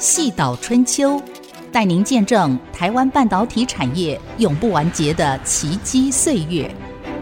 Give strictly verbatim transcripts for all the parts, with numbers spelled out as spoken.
细岛春秋，带您见证台湾半导体产业永不完结的奇迹岁月。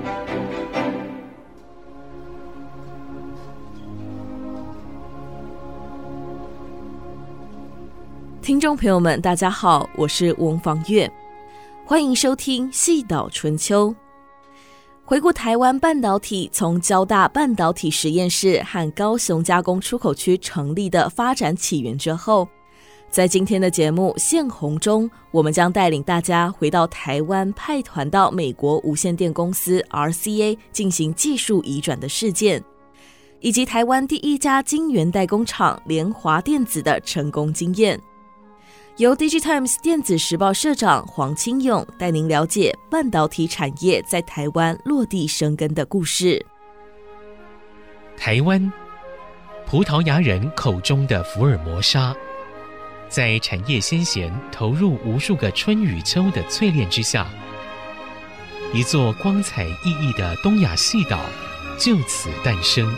听众朋友们大家好，我是翁芳月，欢迎收听细岛春秋。回顾台湾半导体从交大半导体实验室和高雄加工出口区成立的发展起源之后，在今天的节目现红中，我们将带领大家回到台湾派团到美国无线电公司 R C A 进行技术移转的事件，以及台湾第一家晶圆代工厂联华电子的成功经验。由 Digitimes 电子时报社长黄清勇带您了解半导体产业在台湾落地生根的故事。 台湾，葡萄牙人口中的福尔摩沙，在产业先贤投入无数个春与秋的淬炼之下，一座光彩熠熠的东亚细岛就此诞生。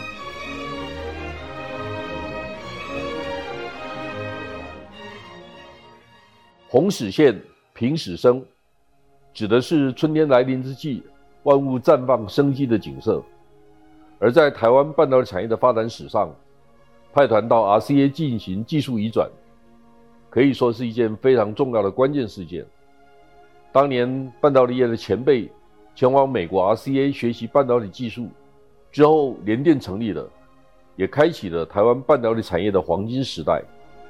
红始现，平始生，指的是春天来临之际，万物绽放生机的景色。而在台湾半导体产业的发展史上，派团到 R C A 进行技术移转，可以说是一件非常重要的关键事件。当年半导体业的前辈前往美国 R C A 学习半导体技术之后，联电成立了，也开启了台湾半导体产业的黄金时代。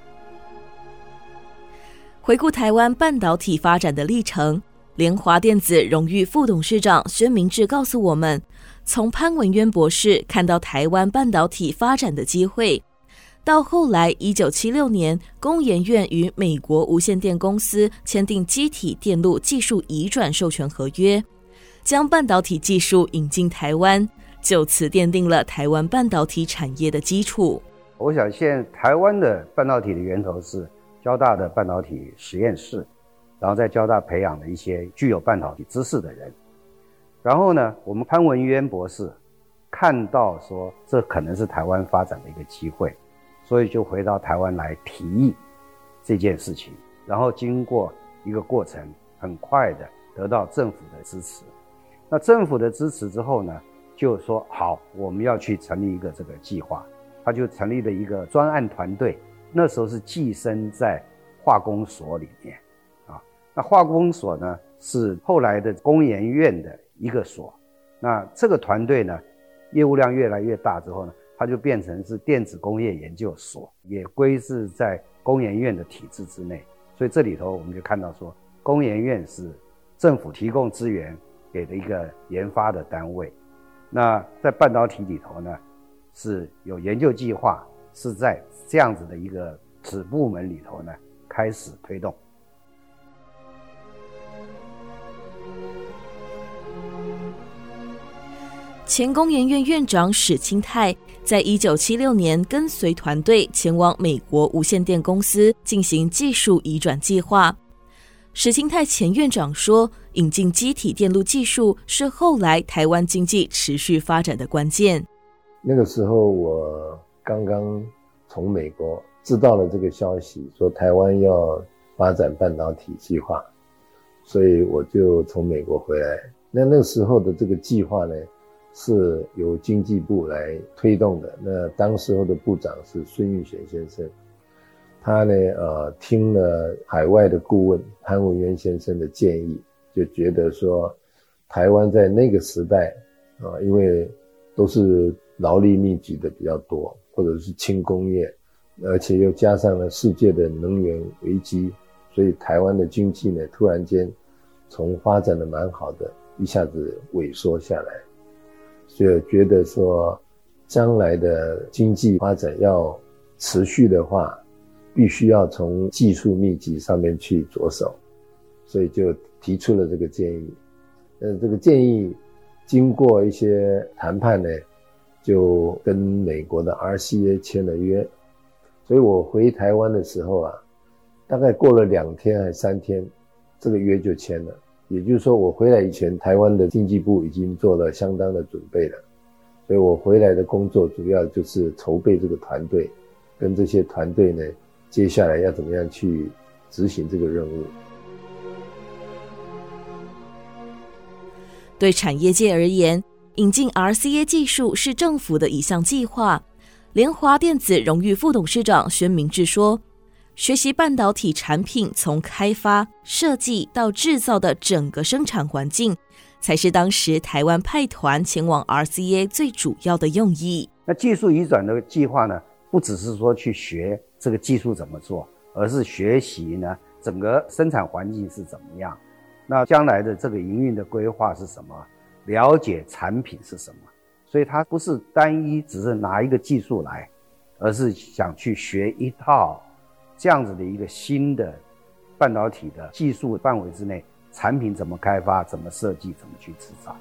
回顾台湾半导体发展的历程，联华电子荣誉副董事长宣明志告诉我们，从潘文渊博士看到台湾半导体发展的机会，到后来一九七六年工研院与美国无线电公司签订机体电路技术移转授权合约，将半导体技术引进台湾，就此奠定了台湾半导体产业的基础。 我想现在台湾的半导体的源头是交大的半导体实验室，然后在交大培养了一些具有半导体知识的人。然后呢，我们潘文渊博士看到说这可能是台湾发展的一个机会，所以就回到台湾来提议这件事情，然后经过一个过程，很快的得到政府的支持。那政府的支持之后呢，就说好，我们要去成立一个这个计划，他就成立了一个专案团队。那时候是寄生在化工所里面啊，那化工所呢是后来的工研院的一个所。那这个团队呢，业务量越来越大之后呢，它就变成是电子工业研究所，也归置在工研院的体制之内。所以这里头我们就看到说，工研院是政府提供资源给的一个研发的单位。那在半导体里头呢，是有研究计划，是在这样子的一个子部门里头呢开始推动。 前工研院院长史清泰在一九七六年跟随团队前往美国无线电公司进行技术移转计划。史清泰前院长说，引进机体电路技术是后来台湾经济持续发展的关键。 那个时候我刚刚从美国知道了这个消息，说台湾要发展半导体计划，所以我就从美国回来。那那时候的这个计划呢，是由经济部来推动的。那当时候的部长是孙运璇先生，他呢，呃，听了海外的顾问潘文渊先生的建议，就觉得说，台湾在那个时代，啊、呃，因为都是劳力密集的比较多，或者是轻工业，而且又加上了世界的能源危机，所以台湾的经济呢，突然间从发展的蛮好的，一下子萎缩下来。所以觉得说，将来的经济发展要持续的话，必须要从技术密集上面去着手，所以就提出了这个建议。呃，这个建议经过一些谈判呢，就跟美国的 R C A 签了约。所以我回台湾的时候啊，大概过了两天还三天，这个约就签了。也就是说，我回来以前，台湾的经济部已经做了相当的准备了。所所以我回来的工作主要就是筹备这个团队，跟这些团队呢接下来要怎么样去执行这个任务。 对产业界而言，引进 R C A 技术是政府的一项计划。联华电子荣誉副董事长宣明志说，学习半导体产品从开发、设计到制造的整个生产环境，才是当时台湾派团前往 R C A 最主要的用意。 那技术移转的计划呢，不只是说去学这个技术怎么做，而是学习呢整个生产环境是怎么样，那将来的这个营运的规划是什么，了解产品是什么。所以它不是单一只是拿一个技术来，而是想去学一套这样子的一个新的半导体的技术范围之内，产品怎么开发，怎么设计，怎么去制造。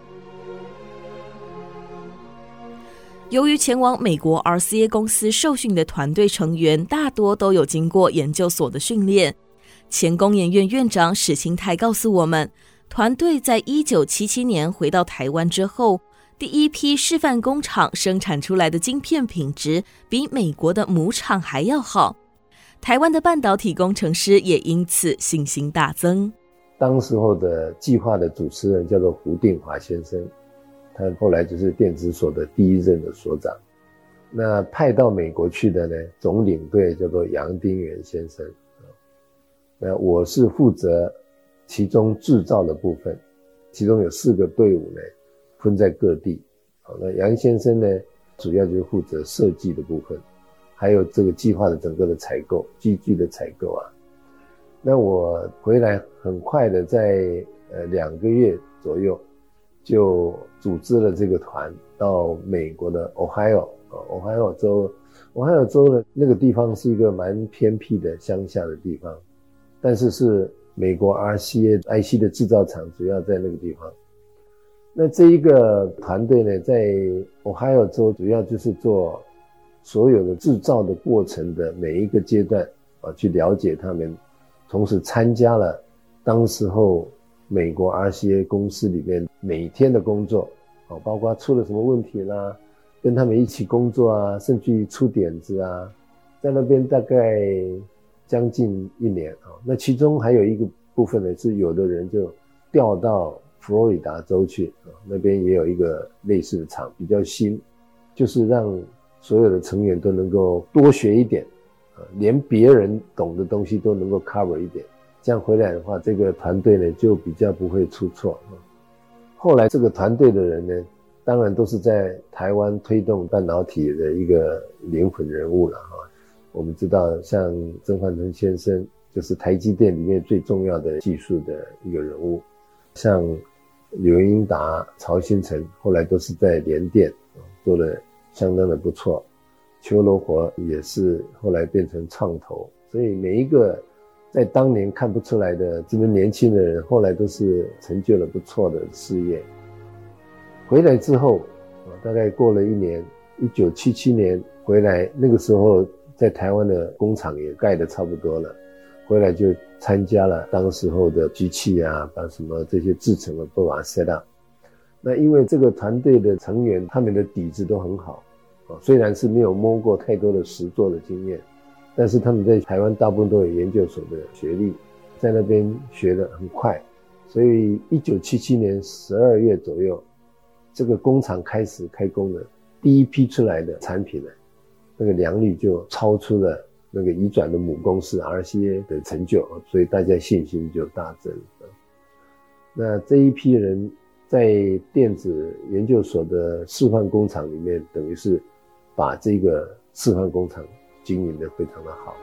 由于前往美国 R C A 公司受训的团队成员大多都有经过研究所的训练，前工研院院长史清泰告诉我们，团队在一九七七年回到台湾之后，第一批示范工厂生产出来的晶片品质比美国的母厂还要好，台湾的半导体工程师也因此信心大增。 当时候的计划的主持人叫做胡定华先生，他后来就是电子所的第一任的所长。那派到美国去的呢，总领队叫做杨丁元先生。那我是负责其中制造的部分，其中有四个队伍呢分在各地。好，那杨先生呢主要就是负责设计的部分，还有这个计划的整个的采购，机具的采购啊。那我回来很快的在呃两个月左右就组织了这个团到美国的 Ohio Ohio 州 Ohio 州的那个地方是一个蛮偏僻的乡下的地方，但是是美国 R C A I C 的制造厂主要在那个地方。那这一个团队呢，在 Ohio 州主要就是做所有的制造的过程的每一个阶段啊，去了解他们，同时参加了当时候美国 R C A 公司里面每天的工作，包括出了什么问题啦，跟他们一起工作啊，甚至于出点子啊，在那边大概将近一年啊。那其中还有一个部分呢，是有的人就调到佛罗里达州去，那边也有一个类似的厂，比较新，就是让所有的成员都能够多学一点，连别人懂的东西都能够 cover 一点，这样回来的话，这个团队呢就比较不会出错。后来这个团队的人呢，当然都是在台湾推动半导体的一个灵魂人物了哈。我们知道像曾焕成先生就是台积电里面最重要的技术的一个人物，像刘英达、曹新成后来都是在联电做得相当的不错，邱罗活也是后来变成创投，所以每一个在当年看不出来的这么年轻的人，后来都是成就了不错的事业。回来之后大概过了一年，一九七七年回来，那个时候在台湾的工厂也盖得差不多了，回来就参加了当时候的机器啊，把什么这些制程的都把它 set up。 那因为这个团队的成员他们的底子都很好，虽然是没有摸过太多的实作的经验，但是他们在台湾大部分都有研究所的学历，在那边学得很快，所以一九七七年十二月左右，这个工厂开始开工了，第一批出来的产品呢，那个良率就超出了那个移转的母公司 R C A 的成就，所以大家信心就大增。那这一批人在电子研究所的示范工厂里面，等于是把这个示范工厂经营得非常的好。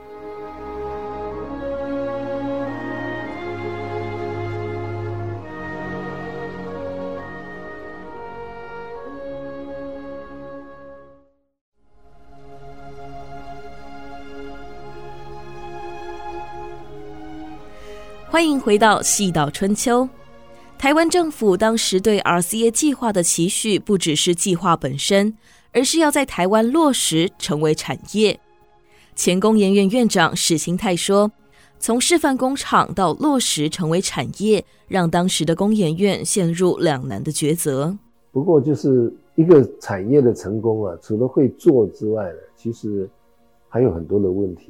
欢迎回到细岛春秋。台湾政府当时对 R C A 计划的期许不只是计划本身，而是要在台湾落实成为产业。前工研院院长史清泰说，从示范工厂到落实成为产业，让当时的工研院陷入两难的抉择。 不过就是一个产业的成功啊，除了会做之外呢，其实还有很多的问题。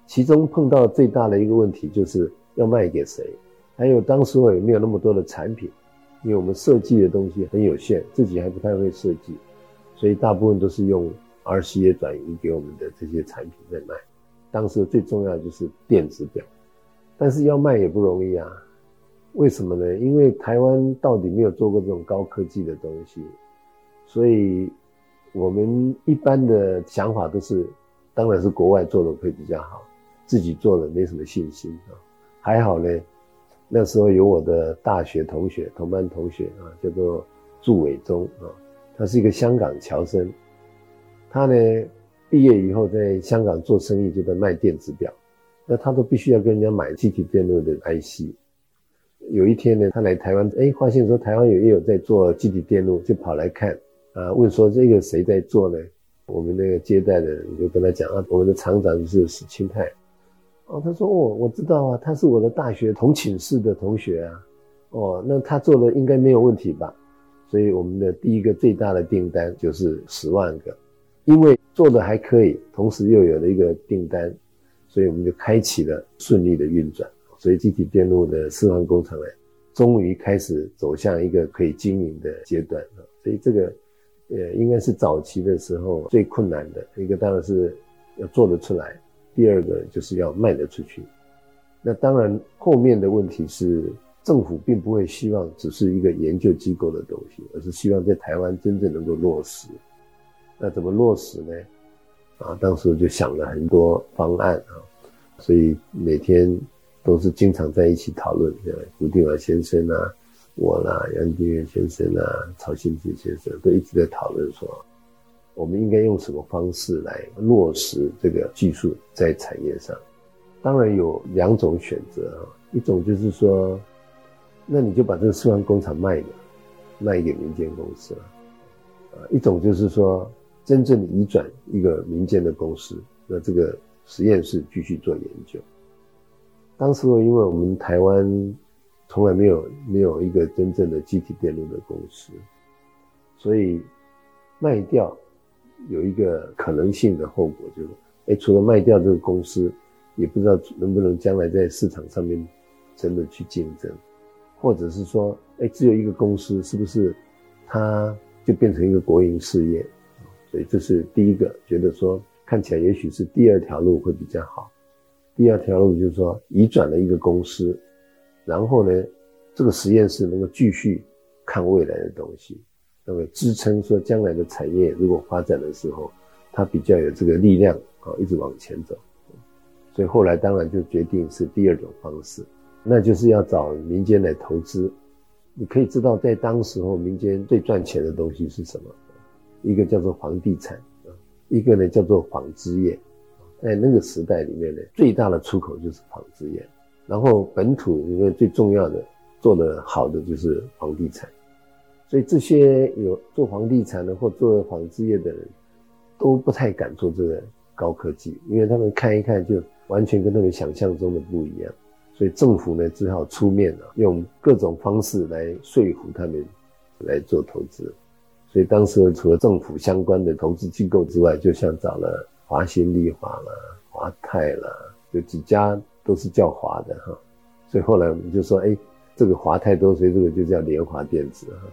其中碰到最大的一个问题就是要卖给谁，还有当时也没有那么多的产品，因为我们设计的东西很有限，自己还不太会设计，所以大部分都是用 R C A 转移给我们的这些产品在卖。当时最重要的就是电子表，但是要卖也不容易啊。为什么呢？因为台湾到底没有做过这种高科技的东西，所以我们一般的想法都是，当然是国外做的会比较好，自己做的没什么信心啊。还好呢，那时候有我的大学同学，同班同学啊，叫做祝伟忠啊，他是一个香港侨生，他呢毕业以后在香港做生意，就在卖电子表，那他都必须要跟人家买积体电路的 I C。有一天呢，他来台湾，哎，发现说台湾有也有在做积体电路，就跑来看，啊，问说这个谁在做呢？我们那个接待的人就跟他讲啊，我们的厂长就是史清泰。哦，他说哦，我知道啊，他是我的大学同寝室的同学啊。哦，那他做的应该没有问题吧？所以我们的第一个最大的订单就是十万个，因为做的还可以，同时又有了一个订单，所以我们就开启了顺利的运转。所以积体电路的示范工厂呢，终于开始走向一个可以经营的阶段。所以这个呃，应该是早期的时候最困难的一个，当然是要做得出来，第二个就是要卖得出去。那当然后面的问题是政府并不会希望只是一个研究机构的东西，而是希望在台湾真正能够落实。那怎么落实呢？啊，当时就想了很多方案啊，所以每天都是经常在一起讨论，胡定华先生啊，我啦，杨定远先生啊，曹新志先生都一直在讨论说，我们应该用什么方式来落实这个技术在产业上。当然有两种选择啊，一种就是说，那你就把这个示范工厂卖了，卖给民间公司了，啊，一种就是说，真正移转一个民间的公司，那这个实验室继续做研究。当时因为我们台湾从来没有没有一个真正的积体电路的公司，所以卖掉有一个可能性的后果，就是哎，除了卖掉这个公司，也不知道能不能将来在市场上面真的去竞争，或者是说哎，只有一个公司，是不是它就变成一个国营事业？所以这是第一个，觉得说看起来也许是第二条路会比较好。第二条路就是说移转了一个公司，然后呢这个实验室能够继续看未来的东西，那么支撑说将来的产业如果发展的时候，它比较有这个力量啊，一直往前走。所以后来当然就决定是第二种方式，那就是要找民间来投资。你可以知道在当时候民间最赚钱的东西是什么，一个叫做房地产，一个呢叫做纺织业。在那个时代里面呢，最大的出口就是纺织业，然后本土里面最重要的做得好的就是房地产。所以这些有做房地产的或做纺织业的人都不太敢做这个高科技，因为他们看一看就完全跟他们想象中的不一样。所以政府呢只好出面啊，用各种方式来说服他们来做投资。所以当时除了政府相关的投资机构之外，就像找了华新丽华啦、华泰啦，有几家都是叫华的哈。所以后来我们就说，哎，这个华泰多，所以这个就叫联华电子哈。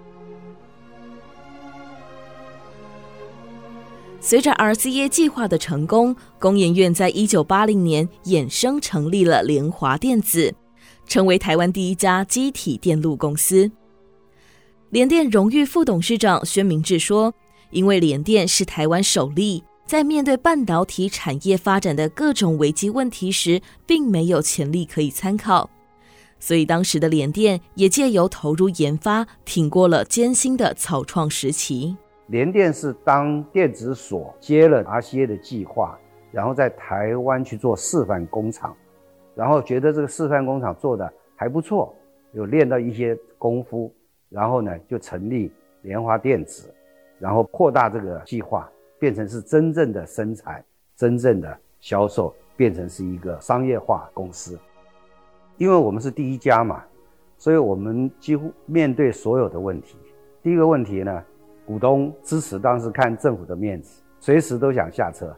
随着 R C A 计划的成功，工研院在一九八零年衍生成立了联华电子，成为台湾第一家机体电路公司。联电荣誉副董事长宣明志说，因为联电是台湾首例在面对半导体产业发展的各种危机问题时，并没有前例可以参考，所以当时的联电也借由投入研发，挺过了艰辛的草创时期。 联电是当电子所接了 R C A 的计划，然后在台湾去做示范工厂，然后觉得这个示范工厂做的还不错，有练到一些功夫，然后呢就成立联华电子，然后扩大这个计划，变成是真正的生产，真正的销售，变成是一个商业化公司。因为我们是第一家嘛，所以我们几乎面对所有的问题。第一个问题呢，股东支持当时看政府的面子，随时都想下车，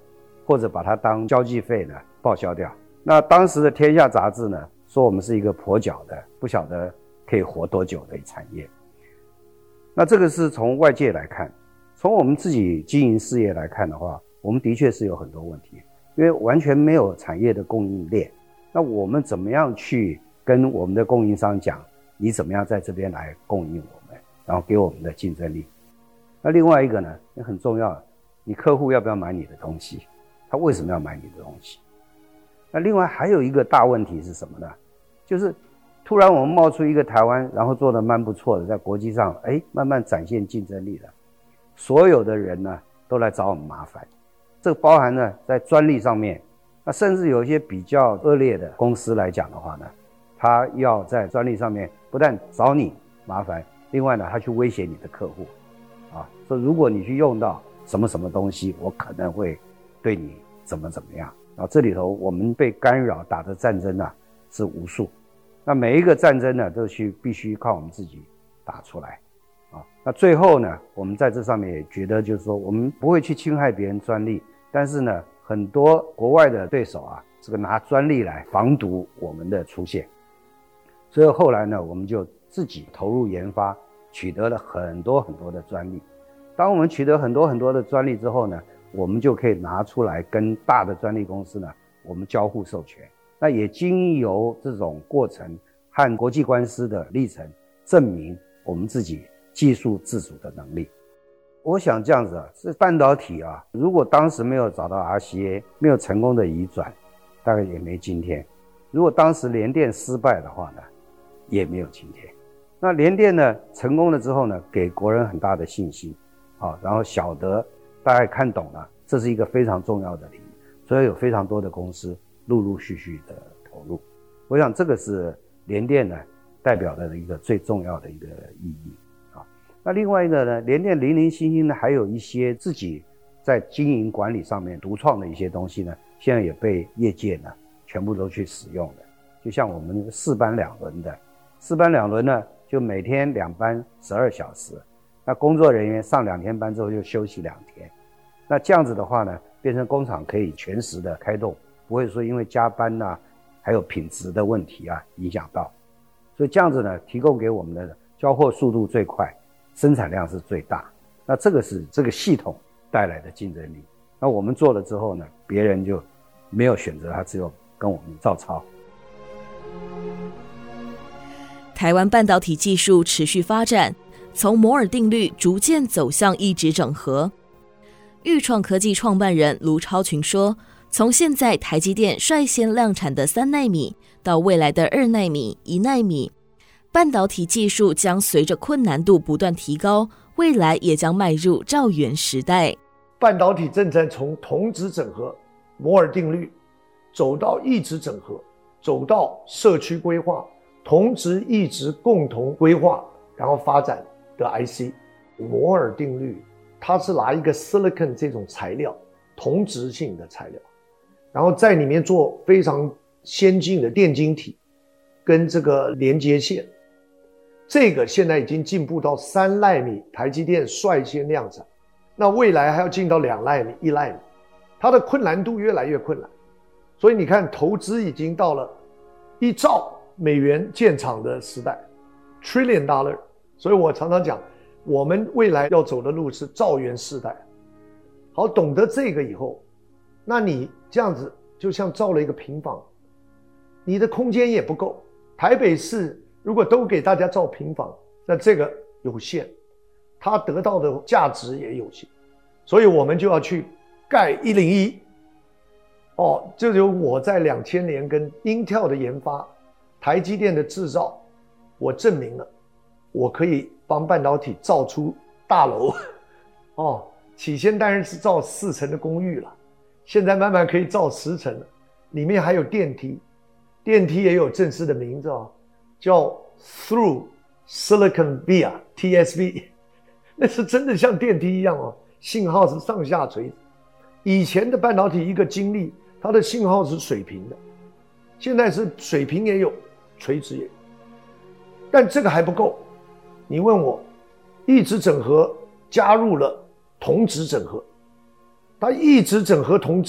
或者把它当交际费呢报销掉。那当时的《天下》杂志呢说我们是一个跛脚的，不晓得可以活多久的产业。那这个是从外界来看，从我们自己经营事业来看的话，我们的确是有很多问题，因为完全没有产业的供应链。那我们怎么样去跟我们的供应商讲，你怎么样在这边来供应我们，然后给我们的竞争力。那另外一个呢也很重要，你客户要不要买你的东西，他为什么要买你的东西。那另外还有一个大问题是什么呢，就是突然我们冒出一个台湾，然后做得蛮不错的，在国际上哎慢慢展现竞争力了，所有的人呢都来找我们麻烦。这个包含呢在专利上面，那甚至有一些比较恶劣的公司来讲的话呢，他要在专利上面不但找你麻烦，另外呢他去威胁你的客户啊，说如果你去用到什么什么东西，我可能会对你怎么怎么样。然后这里头我们被干扰打的战争啊是无数，那每一个战争呢都去必须靠我们自己打出来啊。那最后呢我们在这上面也觉得就是说我们不会去侵害别人专利，但是呢很多国外的对手啊这个拿专利来防堵我们的出现，所以后来呢我们就自己投入研发，取得了很多很多的专利。当我们取得很多很多的专利之后呢，我们就可以拿出来跟大的专利公司呢我们交互授权。那也经由这种过程和国际官司的历程，证明我们自己技术自主的能力。我想这样子啊，这半导体啊，如果当时没有找到 R C A， 没有成功的移转，大概也没今天。如果当时联电失败的话呢，也没有今天。那联电呢成功了之后呢，给国人很大的信心啊，然后晓得大概看懂了，这是一个非常重要的领域，所以有非常多的公司陆陆续续的投入。我想这个是联电呢代表的一个最重要的一个意义啊。那另外一个呢，联电零零星星呢还有一些自己在经营管理上面独创的一些东西呢，现在也被业界呢全部都去使用了。就像我们四班两轮的，四班两轮呢就每天两班十二小时，那工作人员上两天班之后就休息两天。那这样子的话呢，变成工厂可以全时的开动，不会说因为加班啊还有品质的问题啊影响到。所以这样子呢，提供给我们的交货速度最快，生产量是最大。那这个是这个系统带来的竞争力。那我们做了之后呢，别人就没有选择，他只有跟我们照抄。 台湾半导体技术持续发展，从摩尔定律逐渐走向一直整合。裕创科技创办人卢超群说，从现在台积电率先量产的三奈米到未来的二奈米、一奈米，半导体技术将随着困难度不断提高，未来也将迈入兆元时代。 半导体正在从同质整合、摩尔定律走到异质整合，走到社区规划、同质异质共同规划，然后发展的 I C。 摩尔定律它是拿一个 silicon 这种材料，同质性的材料，然后在里面做非常先进的电晶体跟这个连接线。这个现在已经进步到三奈米，台积电率先量产，那未来还要进到两奈米、一奈米，它的困难度越来越困难。所以你看，投资已经到了一兆美元建厂的时代 ，trillion dollar。所以我常常讲，我们未来要走的路是兆元世代。好，懂得这个以后，那你这样子就像造了一个平房，你的空间也不够。台北市如果都给大家造平房，那这个有限，它得到的价值也有限，所以我们就要去盖一零一。哦，这就我在两千年跟 Intel 的研发、台积电的制造，我证明了我可以帮半导体造出大楼。哦，起先当然是造四层的公寓了，现在慢慢可以造十层了，里面还有电梯，电梯也有正式的名字哦，叫 Through Silicon Via T S V， 那是真的像电梯一样哦，信号是上下垂直。以前的半导体一个晶粒，它的信号是水平的，现在是水平也有，垂直也有。但这个还不够，你问我，异质整合加入了同质整合，它异质整合同质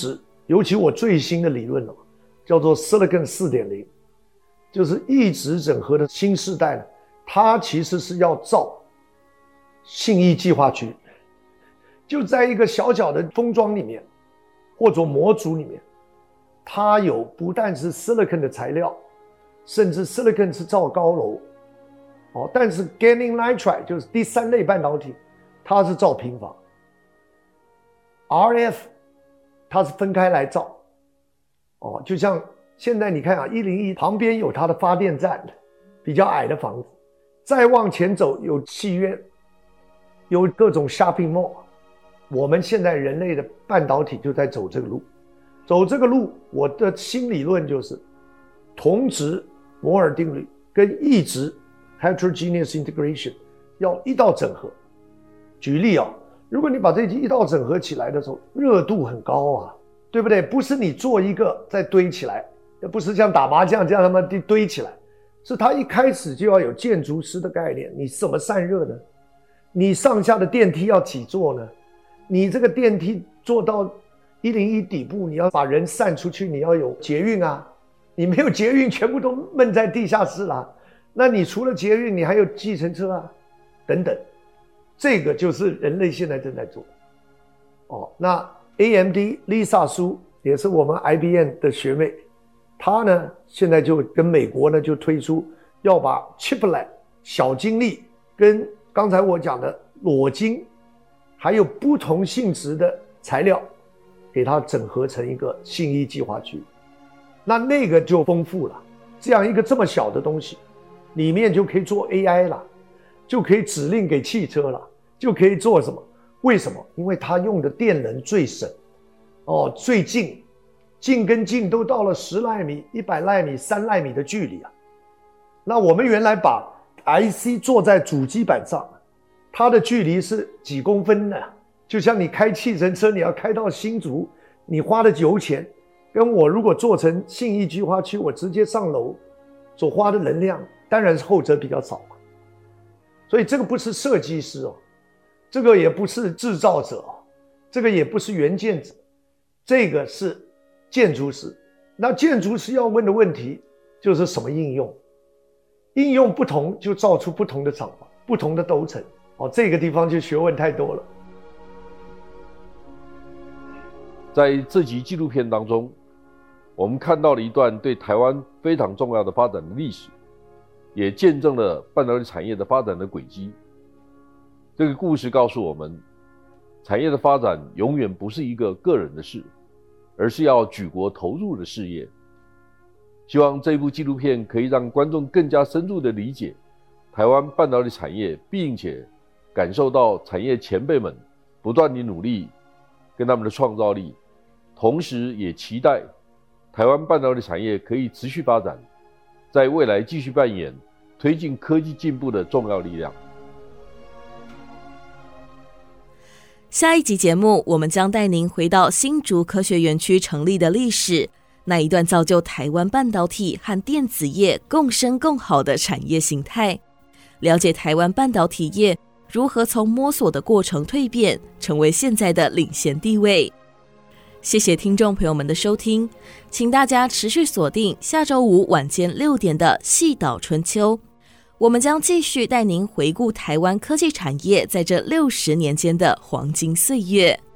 尤其我最新的理论哦，叫做 Silicon 四点零， 就是异质整合的新世代呢，它其实是要造信义计划区，就在一个小小的封装里面或者模组里面，它有不但是 Silicon 的材料，甚至 Silicon 是造高楼，哦，但是 Gallium Nitride 就是第三类半导体，它是造平房。R F 它是分开来造，哦，就像现在你看啊，一零一旁边有它的发电站，比较矮的房子，再往前走有戏院，有各种 shopping mall。我们现在人类的半导体就在走这个路，走这个路，我的新理论就是同质摩尔定律跟异质 heterogeneous integration 要一道整合。举例啊，如果你把这一道整合起来的时候，热度很高啊，对不对？不是你做一个再堆起来，不是像打麻将这样他妈的堆起来，是它一开始就要有建筑师的概念。你怎么散热呢？你上下的电梯要几座呢？你这个电梯做到一零一底部，你要把人散出去，你要有捷运啊，你没有捷运，全部都闷在地下室啦。那你除了捷运，你还有计程车啊，等等。这个就是人类现在正在做。哦，那 A M D Lisa 苏也是我们 I B M 的学妹，她呢现在就跟美国呢就推出要把 chiplet 小晶粒跟刚才我讲的裸晶还有不同性质的材料给它整合成一个信义计划区。那那个就丰富了，这样一个这么小的东西里面就可以做 A I 了，就可以指令给汽车了，就可以做什么？为什么？因为它用的电能最省，哦，最近，近跟近都到了十奈米、一百奈米、三奈米的距离啊。那我们原来把 I C 做在主机板上，它的距离是几公分呢？就像你开汽车车，你要开到新竹，你花的油钱，跟我如果做成信义计划区，我直接上楼所花的能量，当然是后者比较少嘛。所以这个不是设计师哦。这个也不是制造者，这个也不是元件者，这个是建筑师。那建筑师要问的问题就是什么应用？应用不同就造出不同的厂房，不同的轴承。哦，这个地方就学问太多了。 在这集纪录片当中，我们看到了一段对台湾非常重要的发展的历史，也见证了半导体产业的发展的轨迹。这个故事告诉我们，产业的发展永远不是一个个人的事，而是要举国投入的事业。希望这部纪录片可以让观众更加深入地理解台湾半导体产业，并且感受到产业前辈们不断的努力跟他们的创造力，同时也期待台湾半导体产业可以持续发展，在未来继续扮演推进科技进步的重要力量。 下一集节目，我们将带您回到新竹科学园区成立的历史，那一段造就台湾半导体和电子业共生共好的产业形态，了解台湾半导体业如何从摸索的过程蜕变，成为现在的领先地位。谢谢听众朋友们的收听，请大家持续锁定下周五晚间六点的细岛春秋，我们将继续带您回顾台湾科技产业在这六十年间的黄金岁月。